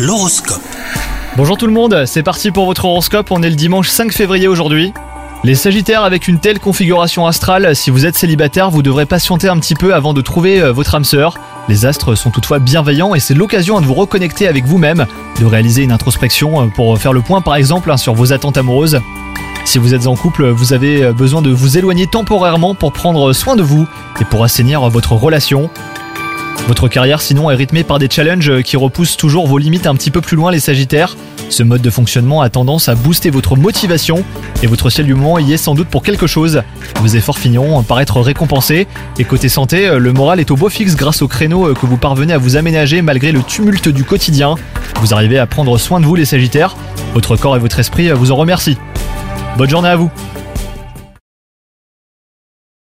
L'horoscope. Bonjour tout le monde, c'est parti pour votre horoscope, on est le dimanche 5 février aujourd'hui. Les Sagittaires, avec une telle configuration astrale, si vous êtes célibataire, vous devrez patienter un petit peu avant de trouver votre âme sœur. Les astres sont toutefois bienveillants et c'est l'occasion de vous reconnecter avec vous-même, de réaliser une introspection pour faire le point par exemple sur vos attentes amoureuses. Si vous êtes en couple, vous avez besoin de vous éloigner temporairement pour prendre soin de vous et pour assainir votre relation. Votre carrière sinon est rythmée par des challenges qui repoussent toujours vos limites un petit peu plus loin les Sagittaires. Ce mode de fonctionnement a tendance à booster votre motivation et votre ciel du moment y est sans doute pour quelque chose. Vos efforts finiront par être récompensés et côté santé, le moral est au beau fixe grâce au créneau que vous parvenez à vous aménager malgré le tumulte du quotidien. Vous arrivez à prendre soin de vous les Sagittaires, votre corps et votre esprit vous en remercient. Bonne journée à vous.